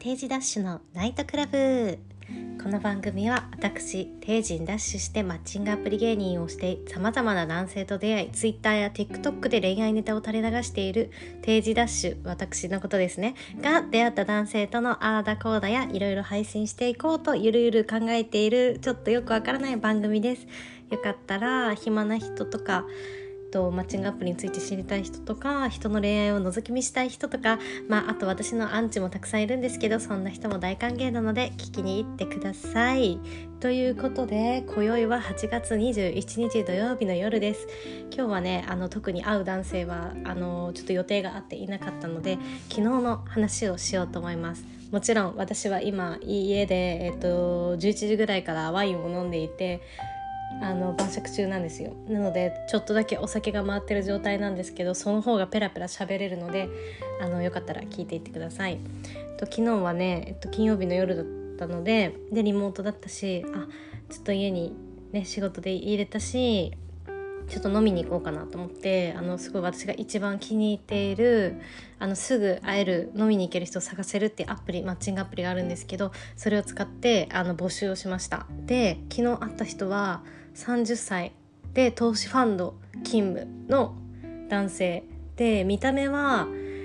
定時ダッシュのナイトクラブ。この番組は私定時にダッシュしてマッチングアプリ芸人をして様々な男性と出会い Twitter や TikTok で恋愛ネタを垂れ流している定時ダッシュ、私のことですねが出会った男性とのあーだこーだやいろいろ配信していこうとゆるゆる考えているちょっとよくわからない番組です。よかったら暇な人とかマッチングアプリについて知りたい人とか人の恋愛を覗き見したい人とか、あと私のアンチもたくさんいるんですけど、そんな人も大歓迎なので聞きに行ってください。ということで今宵は8月21日土曜日の夜です。今日はね特に会う男性はちょっと予定があっていなかったので昨日の話をしようと思います。もちろん私は今家で、11時ぐらいからワインを飲んでいて晩酌中なんですよ。なのでちょっとだけお酒が回ってる状態なんですけど、その方がペラペラ喋れるのでよかったら聞いていってください。昨日はね、金曜日の夜だったのでリモートだったし、ちょっと家にね仕事で入れたし、ちょっと飲みに行こうかなと思ってすごい私が一番気に入っているすぐ会える飲みに行ける人を探せるっていうアプリ、マッチングアプリがあるんですけど、それを使って募集をしました。で昨日会った人は30歳で投資ファンド勤務の男性で、見た目は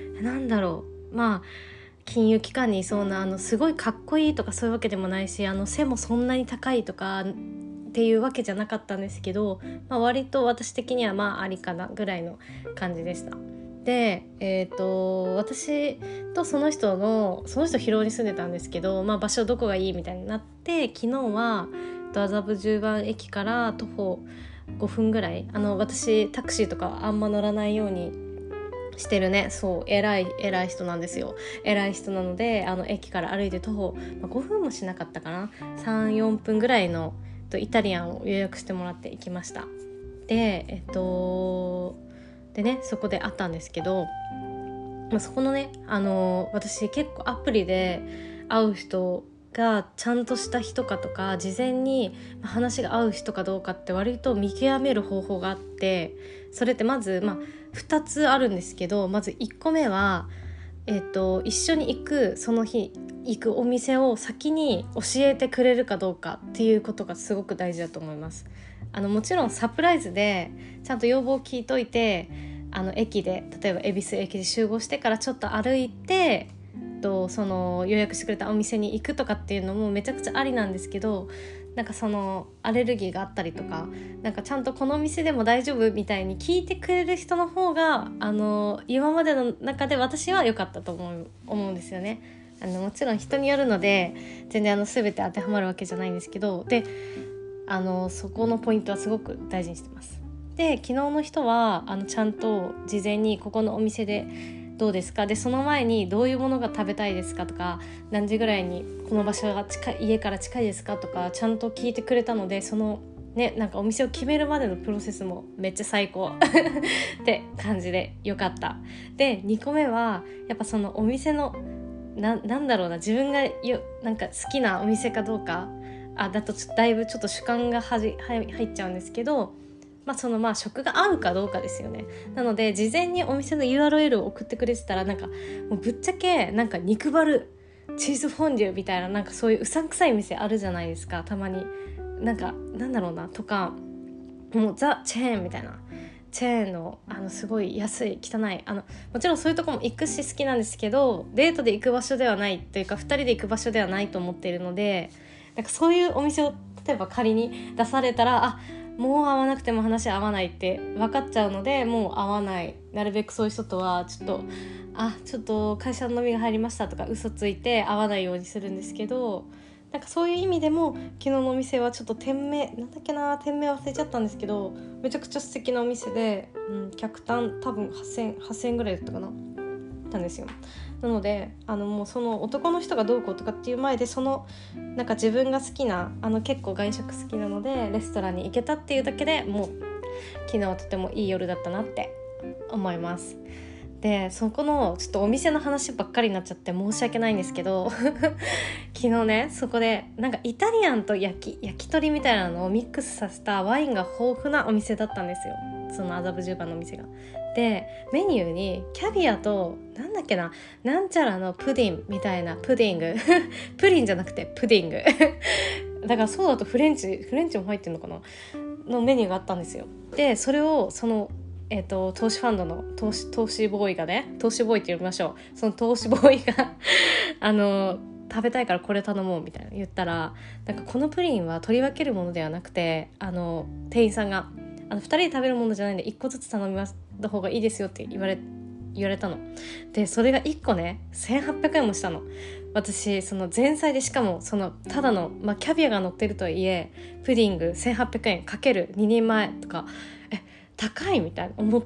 金融機関にいそうなすごいかっこいいとかそういうわけでもないし、背もそんなに高いとかっていうわけじゃなかったんですけど、割と私的にはありかなぐらいの感じでした。で、私とその人広尾に住んでたんですけど、場所どこがいいみたいになって、昨日は麻布十番駅から徒歩5分ぐらい、私タクシーとかあんま乗らないようにしてるね、そう偉い人なんですよ。偉い人なので駅から歩いて徒歩、5分もしなかったかな、 3,4 分ぐらいのイタリアンを予約してもらって行きました。ででね、そこで会ったんですけど、そこのね私結構アプリで会う人がちゃんとした人かとか、事前に話が合う人かどうかって割と見極める方法があって、それってまず2つあるんですけど、まず1個目は一緒にその日行くお店を先に教えてくれるかどうかっていうことがすごく大事だと思います。もちろんサプライズでちゃんと要望を聞いといて、駅で例えば恵比寿駅で集合してからちょっと歩いてその予約してくれたお店に行くとかっていうのもめちゃくちゃありなんですけど、そのアレルギーがあったりとか、ちゃんとこの店でも大丈夫みたいに聞いてくれる人の方が今までの中で私は良かったと思うんですよね。もちろん人によるので全然全て当てはまるわけじゃないんですけど、でそこのポイントはすごく大事にしてます。で昨日の人はちゃんと事前にここのお店でどうですか、でその前にどういうものが食べたいですかとか、何時ぐらいにこの場所が家から近いですかとかちゃんと聞いてくれたので、そのねお店を決めるまでのプロセスもめっちゃ最高って感じでよかった。で2個目はやっぱそのお店の自分が好きなお店かどうかだとだいぶちょっと主観が入っちゃうんですけど、食が合うかどうかですよね。なので事前にお店の URL を送ってくれてたらもうぶっちゃけ肉バルチーズフォンデュみたいなそういううさんくさい店あるじゃないですか、たまにとか、もうザ・チェーンみたいなチェーンのすごい安い汚いもちろんそういうとこも行くし好きなんですけど、デートで行く場所ではないというか2人で行く場所ではないと思っているので、そういうお店を例えば仮に出されたらもう会わなくても話合わないって分かっちゃうので、もう会わない、なるべくそういう人とはちょっと会社の飲みが入りましたとか嘘ついて会わないようにするんですけど、そういう意味でも昨日のお店はちょっと店名忘れちゃったんですけど、めちゃくちゃ素敵なお店で、客単多分8000円ぐらいだったかなたんですよ。なのでもうその男の人がどうこうとかっていう前で、その自分が好きな結構外食好きなのでレストランに行けたっていうだけでもう昨日はとてもいい夜だったなって思います。でそこのちょっとお店の話ばっかりになっちゃって申し訳ないんですけど昨日ねそこでイタリアンと焼き鳥みたいなのをミックスさせたワインが豊富なお店だったんですよ。 その麻布十番のお店が。でメニューにキャビアとなんだっけな、なんちゃらのプディンみたいな、プディングプリンじゃなくてプディングだからそうだとフレンチも入ってるのかなのメニューがあったんですよ。でそれをその投資ファンドの投資ボーイがね、投資ボーイって呼びましょう、その投資ボーイが食べたいからこれ頼もうみたいな言ったら、なんかこのプリンは取り分けるものではなくて、店員さんが2人で食べるものじゃないんで1個ずつ頼みますた方がいいですよって言われたの。でそれが1個ね1800円もしたの。私その前菜で、しかもそのただの、キャビアが乗ってるとはいえプディング1800円かける2人前とか、高いみたいな思って、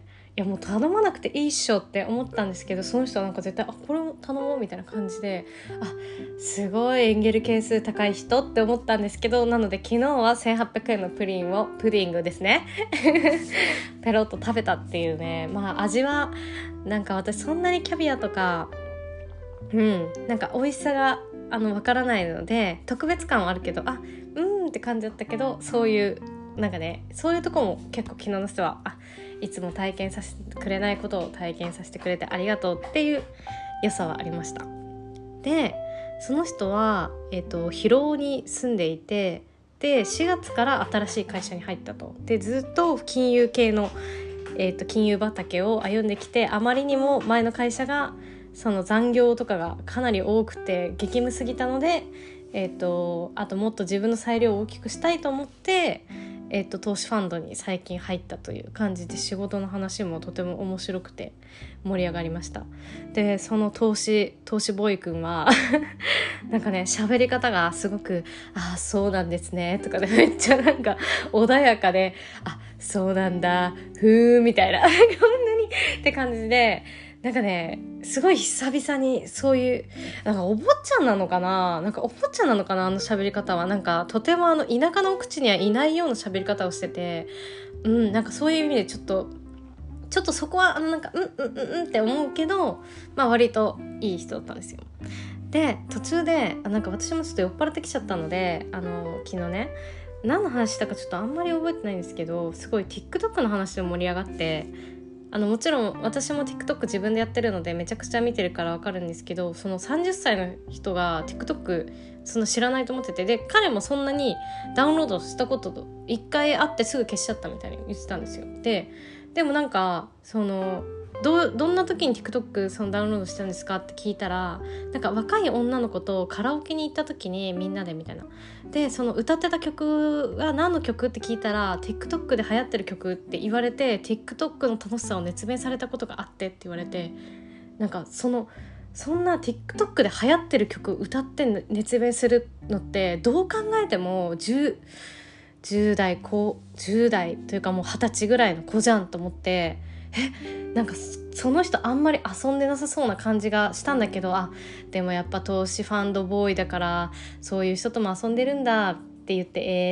いやもう頼まなくていいっしょって思ったんですけど、その人はなんか絶対これも頼もうみたいな感じで、すごいエンゲル係数高い人って思ったんですけど、なので昨日は1800円のプディングですねペロッと食べたっていうね。味はなんか私そんなにキャビアとかなんか美味しさがわからないので特別感はあるけどって感じだったけど、そういうなんかね、そういうとこも結構昨日の人はいつも体験させてくれないことを体験させてくれてありがとうっていう良さはありました。でその人は、広尾に住んでいて、で4月から新しい会社に入ったと。でずっと金融系の、金融畑を歩んできて、あまりにも前の会社がその残業とかがかなり多くて激務すぎたので、あともっと自分の裁量を大きくしたいと思って投資ファンドに最近入ったという感じで、仕事の話もとても面白くて盛り上がりました。でその投資ボーイくんはなんかね喋り方がすごくそうなんですねとかでめっちゃなんか穏やかで、そうなんだふーみたいなこんなにって感じで、なんかねすごい久々にそういうなんかお坊ちゃんなのかな、喋り方はなんかとても田舎の奥地にはいないような喋り方をしてて、なんかそういう意味でちょっとそこはなんかって思うけど、割といい人だったんですよ。で途中でなんか私もちょっと酔っ払ってきちゃったので昨日ね何の話したかちょっとあんまり覚えてないんですけど、すごい TikTok の話で盛り上がって、もちろん私も TikTok 自分でやってるのでめちゃくちゃ見てるから分かるんですけど、その30歳の人が TikTok その知らないと思ってて、で彼もそんなにダウンロードしたこと1回あってすぐ消しちゃったみたいに言ってたんですよ。でもなんかそのどんな時に TikTok そのダウンロードしたんですかって聞いたら、なんか若い女の子とカラオケに行った時にみんなでみたいな、でその歌ってた曲が何の曲って聞いたら TikTok で流行ってる曲って言われて、 TikTok の楽しさを熱弁されたことがあってって言われて、なんかそんな TikTok で流行ってる曲歌って熱弁するのってどう考えても10代というかもう20歳ぐらいの子じゃんと思って、なんかその人あんまり遊んでなさそうな感じがしたんだけど、でもやっぱ投資ファンドボーイだからそういう人とも遊んでるんだって言って、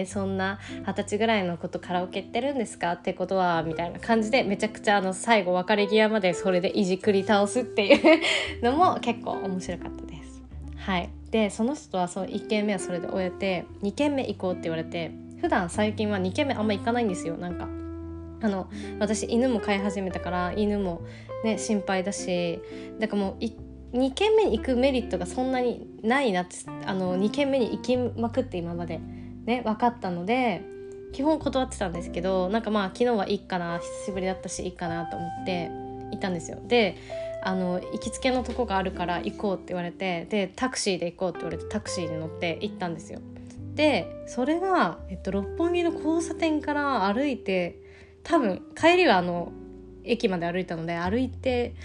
そんな20歳ぐらいの子とカラオケ行ってるんですかってことはみたいな感じで、めちゃくちゃ最後別れ際までそれでいじくり倒すっていうのも結構面白かったです。はい。でその人はその1軒目はそれで終えて2軒目行こうって言われて、普段最近は2軒目あんま行かないんですよ。なんか私犬も飼い始めたから犬もね心配だし、だからもう2軒目に行くメリットがそんなにないなって2軒目に行きまくって今までね分かったので基本断ってたんですけど、なんか昨日はいいかな、久しぶりだったしいいかなと思って行ったんですよ。で行きつけのとこがあるから行こうって言われて、でタクシーで行こうって言われてタクシーに乗って行ったんですよ。でそれが、六本木の交差点から歩いて、多分帰りは駅まで歩いたので歩いて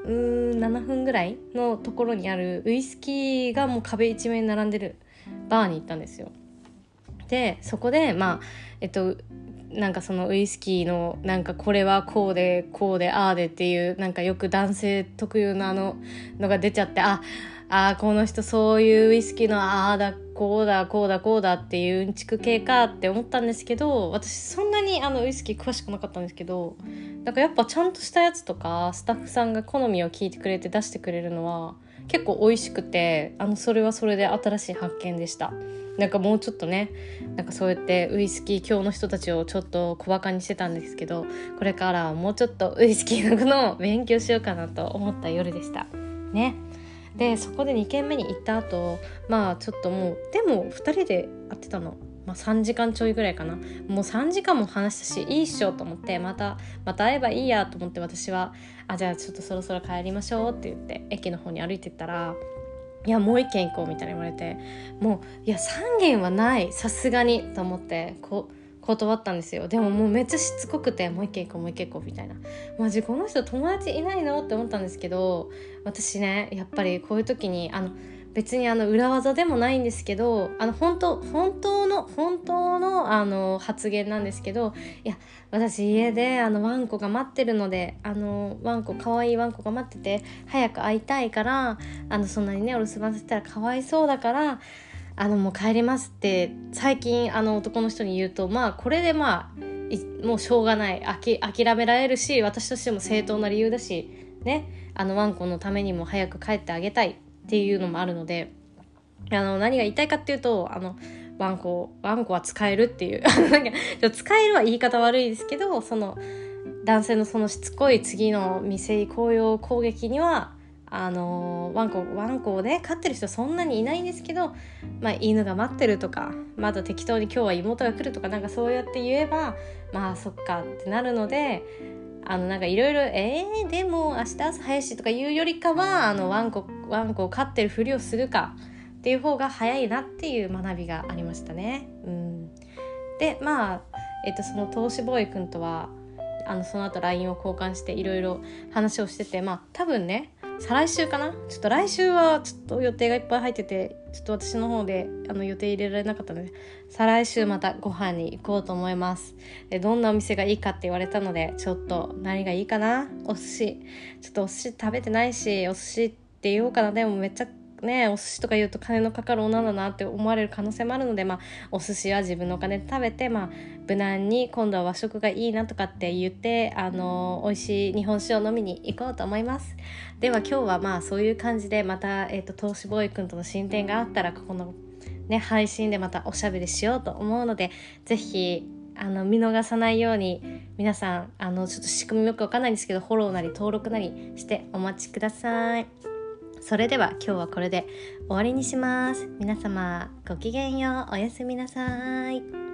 7分ぐらいのところにあるウイスキーがもう壁一面に並んでるバーに行ったんですよ。でそこでなんかそのウイスキーのなんかこれはこうでああでっていうなんかよく男性特有ののが出ちゃって、この人そういうウイスキーのこうだっていううんちく系かって思ったんですけど、私そんなにウイスキー詳しくなかったんですけど、なんかやっぱちゃんとしたやつとかスタッフさんが好みを聞いてくれて出してくれるのは結構美味しくて、それはそれで新しい発見でした。なんかもうちょっとね、なんかそうやってウイスキー教の人たちをちょっと小バカにしてたんですけど、これからはもうちょっとウイスキーのことを勉強しようかなと思った夜でしたね。でそこで2軒目に行った後、ちょっともうでも2人で会ってたの、3時間ちょいぐらいかな。もう3時間も話したしいいっしょと思って、また会えばいいやと思って、私はじゃあちょっとそろそろ帰りましょうって言って駅の方に歩いてったら、いやもう1軒行こうみたいな言われて、もういや3軒はないさすがにと思って断ったんですよ。でももうめっちゃしつこくて、もう1軒行こうもう1軒行こうみたいな、マジこの人友達いないのって思ったんですけど、私ねやっぱりこういう時に別に裏技でもないんですけど、本当の発言なんですけど、いや私家でワンコが待ってるので、可愛いワンコが待ってて早く会いたいから、そんなにねお留守番させたらかわいそうだからもう帰りますって最近男の人に言うと、これでもうしょうがない、諦められるし、私としても正当な理由だしね、ワンコのためにも早く帰ってあげたいっていうのもあるので、何が言いたいかっていうと、ワンコは使えるっていうなんか使えるは言い方悪いですけど、その男性のそのしつこい次の店行こうよ攻撃にはワンコをね飼ってる人そんなにいないんですけど、犬が待ってるとか、まだ適当に今日は妹が来るとか、なんかそうやって言えばそっかってなるので、なんかいろいろでも明日朝早いしとか言うよりかはワンコを飼ってるふりをするかっていう方が早いなっていう学びがありましたね。でその投資ボーイ君とはその後 LINE を交換していろいろ話をしてて、多分ね再来週かな、ちょっと来週はちょっと予定がいっぱい入ってて、ちょっと私の方で予定入れられなかったので、再来週またご飯に行こうと思います。でどんなお店がいいかって言われたので、ちょっと何がいいかな、お寿司、ちょっとお寿司食べてないし、お寿司って言おうかな。でもめっちゃねお寿司とか言うと金のかかる女だなって思われる可能性もあるので、お寿司は自分のお金で食べて、無難に今度は和食がいいなとかって言って美味しい日本酒を飲みに行こうと思います。では今日はそういう感じで、また投資ボーイくんとの進展があったらここのね配信でまたおしゃべりしようと思うので、ぜひ見逃さないように皆さんちょっと仕組みよくわかんないんですけど、フォローなり登録なりしてお待ちください。それでは今日はこれで終わりにします。皆様ごきげんよう、おやすみなさい。